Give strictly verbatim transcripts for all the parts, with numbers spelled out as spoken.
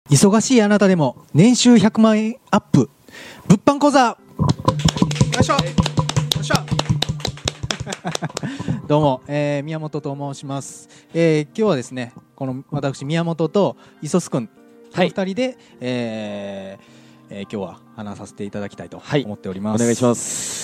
忙しいあなたでも年収ひゃくまんえんアップ物販講座。よいしょよいしょどうも、えー、宮本と申します、えー、今日はですね、この私宮本とイソス君のふたりで、はい、えーえー、今日は話させていただきたいと思っております、 はい、お願いします。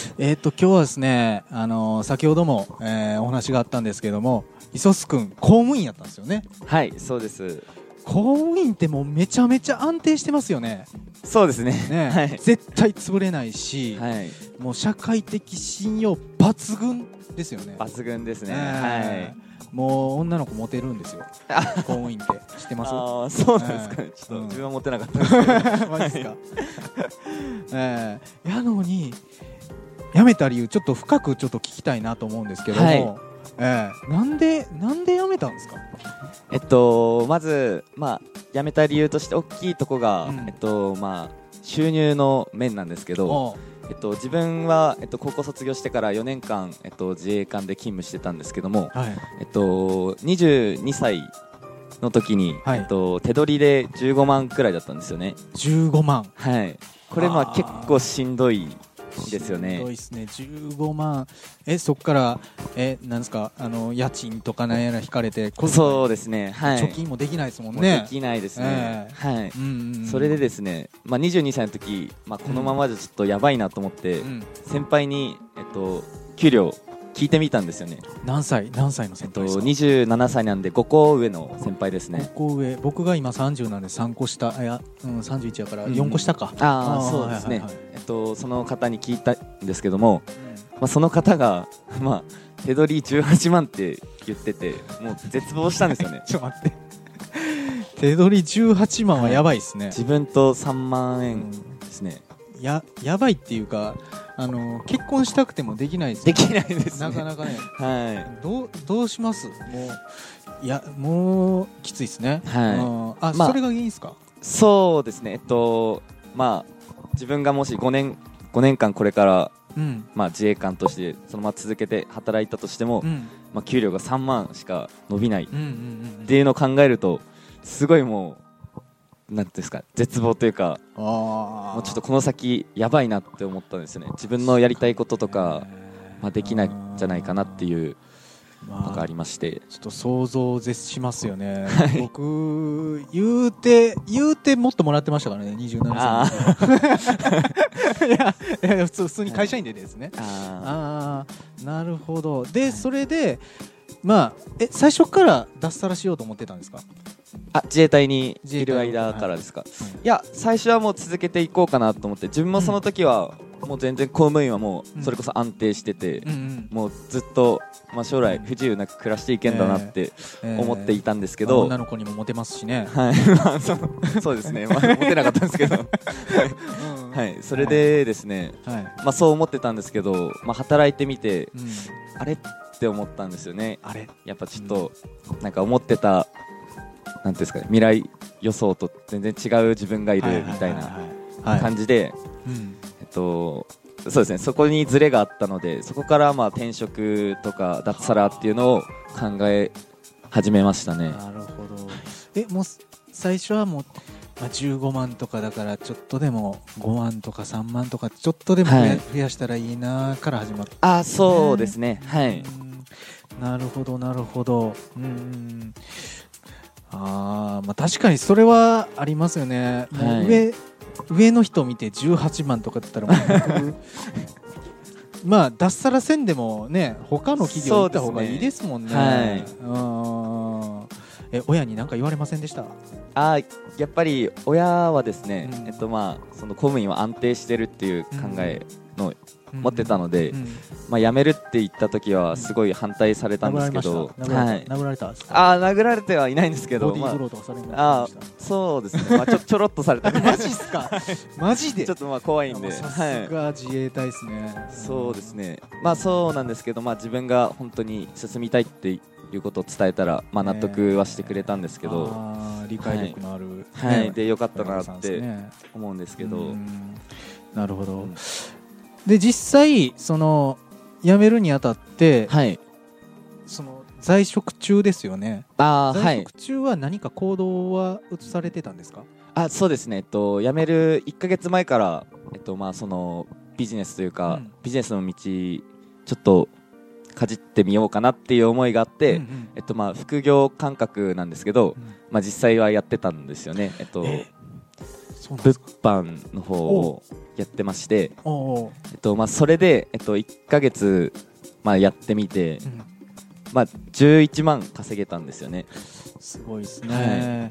えー、っと今日はですね、あのー、先ほども、えー、お話があったんですけども、イソス君公務員やったんですよね。 はい、そうです。 公務員ってもうめちゃめちゃ安定してますよね。 そうですね。 ね、はい、絶対潰れないし、はい、もう社会的信用抜群ですよね。 抜群ですね。 はい。もう女の子モテるんですよ。公務員って知ってます？ ああ、そうなんですかね。ちょっと自分はモテなかったんですけど。 マジですか。ええ、やのに辞めた理由ちょっと深くちょっと聞きたいなと思うんですけども。はい、ええ、なんでなんで辞めたんですか？ えっとまずまあ辞めた理由として大きいとこが、うん、えっとまあ収入の面なんですけど、えっと自分はえっと高校卒業してからよねんかんえっと自衛官で勤務してたんですけども、はい、えっとにじゅうにさいの時に、はい、えっと手取りでじゅうごまんくらいだったんですよね。 じゅうごまん。 はい。これまあ結構しんどいですよね。 しんどいですね。じゅうごまん。え、そこからえなんですか、あの家賃とかなんやら引かれて、 そうですね。はい。 貯金もできないですもんね。 できないですね。えー、はい。うんうんうん、それでですね、まあにじゅうにさいの時、まあこのままじゃちょっとやばいなと思って、うん、先輩にえっと給料聞いてみたんですよね。 何歳何歳の先輩ですか？ にじゅうななさいなんでごこ上の先輩ですね。 ごこ上。僕が今さんじゅうなんでさんこ下、いや、うん、さんじゅういちやからよんこ下か。 うん、ああ、そうですね。はいはいはい、えっとその方に聞いたんですけども、うん、まあその方がまあ手取りじゅうはちまんって言ってて、もう絶望したんですよね。 ちょっと待って。手取りじゅうはちまんはやばいですね。 はい、自分とさんまんえんですね。 うん、ややばいっていうか、あの結婚したくてもできないです、 ね、できないです、ね、 なかなかね。 はい。 どうどうします？もういやもうきついですね。 はい。 あ、まあ、それがいいんですか？ そうですね。えっとまあ自分がもしごねんごねんかんこれから、うん、まあ自衛官としてそのまま続けて働いたとしても、うん、まあ給料がさんまんしか伸びないっていうのを考えると、すごいもう。なんですか、絶望というか、もうちょっとこの先やばいなって思ったんですよね。自分のやりたいこととか、まあ、できないんじゃないかなっていうのがありまして、 まあ、ちょっと想像を絶しますよね。はい、僕言うて言うてもっともらってましたからね、にじゅうななさい。いやいや普通普通に会社員でですね。ああ、なるほど。でそれでまあえ最初から脱サラしようと思ってたんですか？ あ、自衛隊にいる間からですか？はい、いや最初はもう続けていこうかなと思って、自分もその時はもう全然公務員はもうそれこそ安定してて、うんうん、もうずっと、まあ、将来不自由なく暮らしていけんだなって思っていたんですけど、えーえーまあ、 女の子にもモテますしね。 はい、そうそうですね、まあ、モテなかったんですけど、はい、それでですね、はい、まあ、そう思ってたんですけど、まあ、働いてみて、うん、あれって思ったんですよね。あれやっぱちょっと、うん、なんか思ってたなんていうんですかね、未来予想と全然違う自分がいるみたいな感じで、えっとそうですね、そこにズレがあったので、そこからまあ転職とか脱サラっていうのを考え始めましたね。 なるほど。え、もう最初はもう、まあ、じゅうごまんとかだからちょっとでもごまんとかさんまんとかちょっとでも増や、はい、増やしたらいいなから始まった、ね。 あ、そうですね。はい。 なるほどなるほど。うん。あ、まあ、確かにそれはありますよね。もう上、はい、上の人を見てじゅうはちまんとかだったらもうまあ脱サラせんでもね、他の企業行った方がいいですもんね。はい、あ、え、親に何か言われませんでした？ あ、やっぱり親はですね、うん、えっとまあその公務員は安定してるっていう考えの、うん持ってたので、うんうん、まあ、辞めるって言った時はすごい反対されたんですけど、 殴られたんですか？ あ、殴られてはいないんですけど、 ボディーブローとかされるんですか？ あ、そうですね、まあ、ちょちょろっとされたマジっすか？マジで？ ちょっとまあ怖いんで、 さすが自衛隊ですね。 はい、そうですね、まあそうなんですけど、まあ、自分が本当に進みたいっていうことを伝えたら、まあ、納得はしてくれたんですけど、 あ、理解力のある、 はい、はい、でよかったなって思うんですけど、 なるほど。うん、で実際その辞めるにあたって、はい、その在職中ですよね。 あ、 在職中は何か行動は移されてたんですか？ あ、そうですね、えっと、辞めるいっかげつまえから、えっとまあ、そのビジネスというか、うん、ビジネスの道ちょっとかじってみようかなっていう思いがあって、うんうん、えっとまあ、副業感覚なんですけど、うん、まあ、実際はやってたんですよね、えっと、えー、物販の方をやってまして、えっとまあ、それで、えっと、いっかげつ、まあ、やってみて、うん、まあ、じゅういちまん稼げたんですよね。 すごいですね、はい、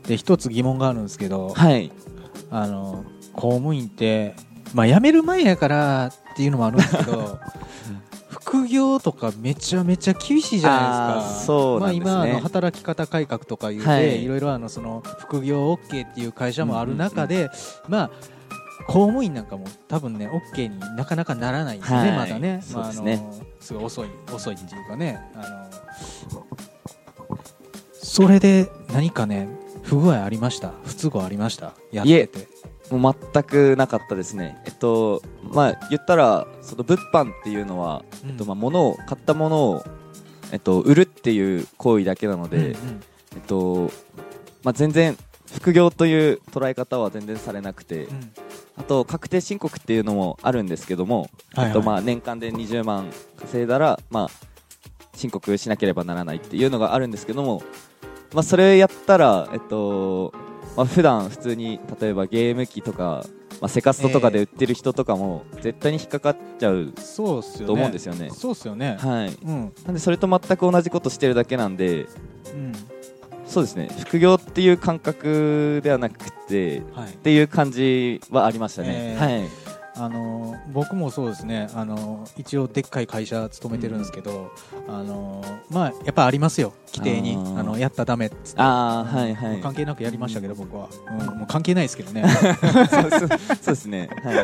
で一つ疑問があるんですけど、 はい、 あの公務員って、まあ、辞める前やからっていうのもあるんですけど副業とかめちゃめちゃ厳しいじゃないですか。 そうなんですね。 まあ、今あの働き方改革とかいうで、はい、いろいろあのその副業 OK っていう会社もある中で、うんうんうん、まあ公務員なんかも多分ね OK になかなかならないんですね、はい、まだね、まあ、そうですね、あのすごい遅い遅いっていうかね、あのそれで何かね不具合ありました？不都合ありました？やってて。 もう全くなかったですね。えっとまあ言ったらその物販っていうのは、うん、えっとまあ物を買ったものをえっと売るっていう行為だけなので、うんうん、えっとまあ全然副業という捉え方は全然されなくて、うん、あと確定申告っていうのもあるんですけども、はいはい、えっとまあ年間でにじゅうまん稼いだらまあ申告しなければならないっていうのがあるんですけども、まあそれやったらえっとまあ、普段普通に例えばゲーム機とか、まあ、セカストとかで売ってる人とかも絶対に引っかかっちゃうと思うんですよね。 そうですよね。 はい、うん、なんでそれと全く同じことしてるだけなんで、うん、そうですね、副業っていう感覚ではなくて、はい、っていう感じはありましたね、えーはい、 あの僕もそうですね、あの一応でっかい会社勤めてるんですけど、うん、あのまあ、やっぱありますよ、規定にあのやったらダメっつって、 あ、はいはい、 関係なくやりましたけど、僕は、うん、もう関係ないですけどねそうそうそうですね、はい、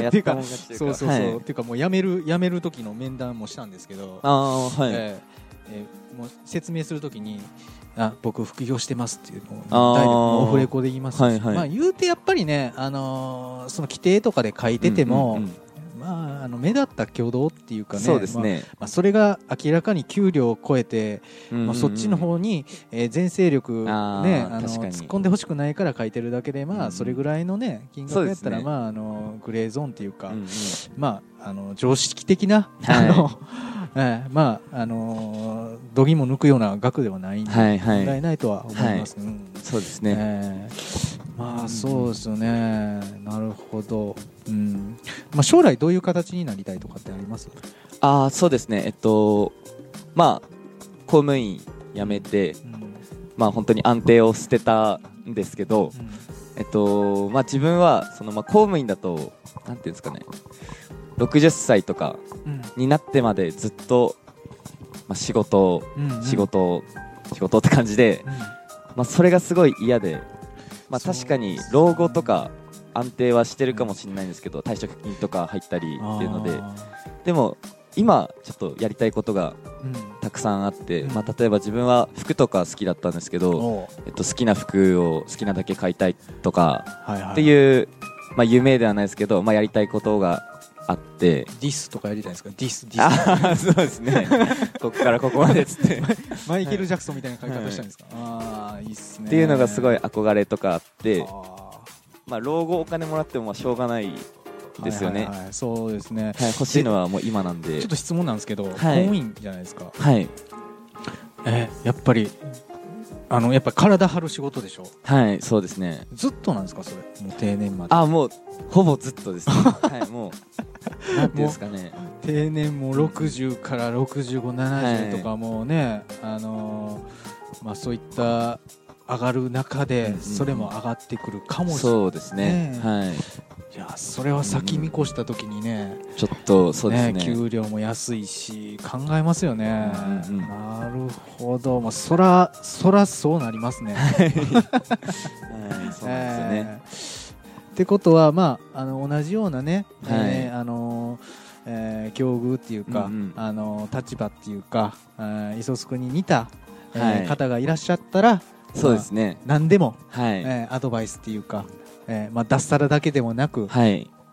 やったもん勝ちというか、そうそうそう、はい、っていうかもう辞める辞める時の面談もしたんですけど、あ、はい、 えーえー、もう説明するときにあ僕副業してますっていうのをダイレクトオフレコで言いますし、はいはい、まあ、言うてやっぱりね、あのー、その規定とかで書いてても、うんうんうん、まあ、あの目立った挙動っていうかね、 そうですね、 まあまあ、それが明らかに給料を超えて、うんうんうん、まあ、そっちの方に、えー、全勢力、ね、あの突っ込んでほしくないから書いてるだけで、まあ、それぐらいの、ね、金額やったら、ね、まあ、あのグレーゾーンっていうか、うんうん、まあ、あの常識的な、はい、あのえー、まああのー、度肝抜くような額ではないんで、はいはい、問題ないとは思います、はい、うん、 そうですね、 えー、まあそうですよね、なるほど、うん、まあ、将来どういう形になりたいとかってあります？ あ、そうですね、えっとまあ公務員辞めて、うん、まあ本当に安定を捨てたんですけど、うん、えっとまあ自分はそのまあ公務員だとなんていうんですかね、ろくじゅっさいとかになってまでずっと、まあ、仕事、うんうん、仕事仕事って感じで、うん、まあ、それがすごい嫌で、まあ、確かに老後とか安定はしてるかもしれないんですけど、退職金とか入ったりっていうので、でも今ちょっとやりたいことがたくさんあって、うん、まあ、例えば自分は服とか好きだったんですけど、えっと、好きな服を好きなだけ買いたいとかっていう、はいはい、まあ、夢ではないですけど、まあ、やりたいことがあって、 ディスとかやりたいんですか？ディスディスそうですねここからここまでっつってマイケル・ジャクソンみたいな書き方したんですか？はい、あー、いいっすねっていうのがすごい憧れとかあって、あ、まあ、老後お金もらってもまあしょうがないですよね、はいはいはい、 そうですね、 はい、欲しいのはもう今なんで。 ちょっと質問なんですけど、はい、公務員じゃないですか、 はい、 えー、やっぱりあのやっぱ体張る仕事でしょ？ はい、そうですね。 ずっとなんですかそれ？もう定年まで？ あ、もうほぼずっとですねはい、もうなんていうんですかね、 定年もろくじゅうからろくじゅうご、ななじゅうとかもうね、はい、あのー、まあそういった上がる中でそれも上がってくるかもしれない、ね、 そうですね、はい、 いやそれは先見越した時にね、 うん、ちょっとそうですね、 ね、給料も安いし考えますよね、うんうん、なるほど、まあ、そらそらそうなりますねはい、そうなんですよね、えー、ってことは、まあ、あの同じようなね、はい、えーあのえー、境遇っていうか、うんうん、あの立場っていうか、磯津君に似た、えーはい、方がいらっしゃったら、 そうですね、 まあ、何でも、 はい、 えー、アドバイスっていうか、えーまあ、脱サラだけでもなく、 はい、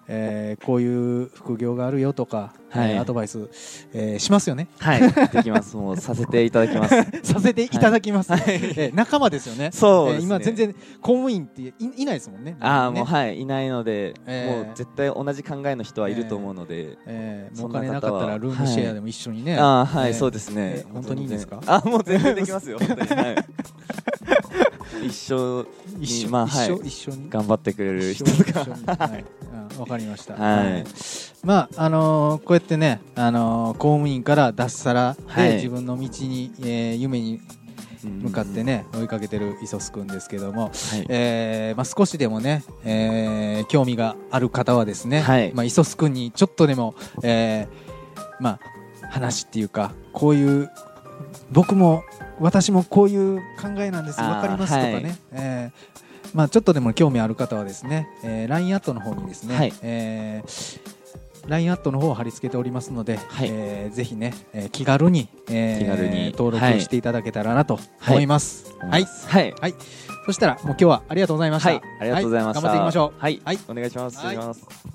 えー、こういう副業があるよとか、はい、アドバイス、えー、しますよね。 はい、できます。もうさせていただきます。 させていただきます。はい、えー、仲間ですよね。 そうですね。 えー、今全然公務員って い, いないですもんね。 ああ、 ね、 もうはいいないので、えー、もう絶対同じ考えの人はいると思うので、 えーえー、もうお金なかったらルームシェアでも一緒にね。 はい、あはい、えー、そうですね。 えー、本当にいいんですか？ あもう全然できますよ。本当に、はい、一緒に一緒、 まあはい、 一緒に頑張ってくれる人とか。 はい、わかりました。 はい。 まああのー、こうやってね、あのー、公務員から脱サラで、はい、自分の道に、えー、夢に向かってね、追いかけてるイソス君ですけども、はい、えーまあ、少しでもね、えー、興味がある方はですね、はい、まあ、イソス君にちょっとでも、えーまあ、話っていうか、こういう僕も私もこういう考えなんですわかりますとかね、はい、えーまあ、ちょっとでも興味ある方はですね、えー、ライン アットの方にですね、はい、えーライン アットの方を貼り付けておりますので、はい、えー、ぜひね、えー、気軽に、えー、気軽に登録していただけたらなと思います。はい、はい、はい、そしたらもう今日はありがとうございました。 はい、ありがとうございました。 はい、頑張っていきましょう。 はい、はい、お願いします。失礼します。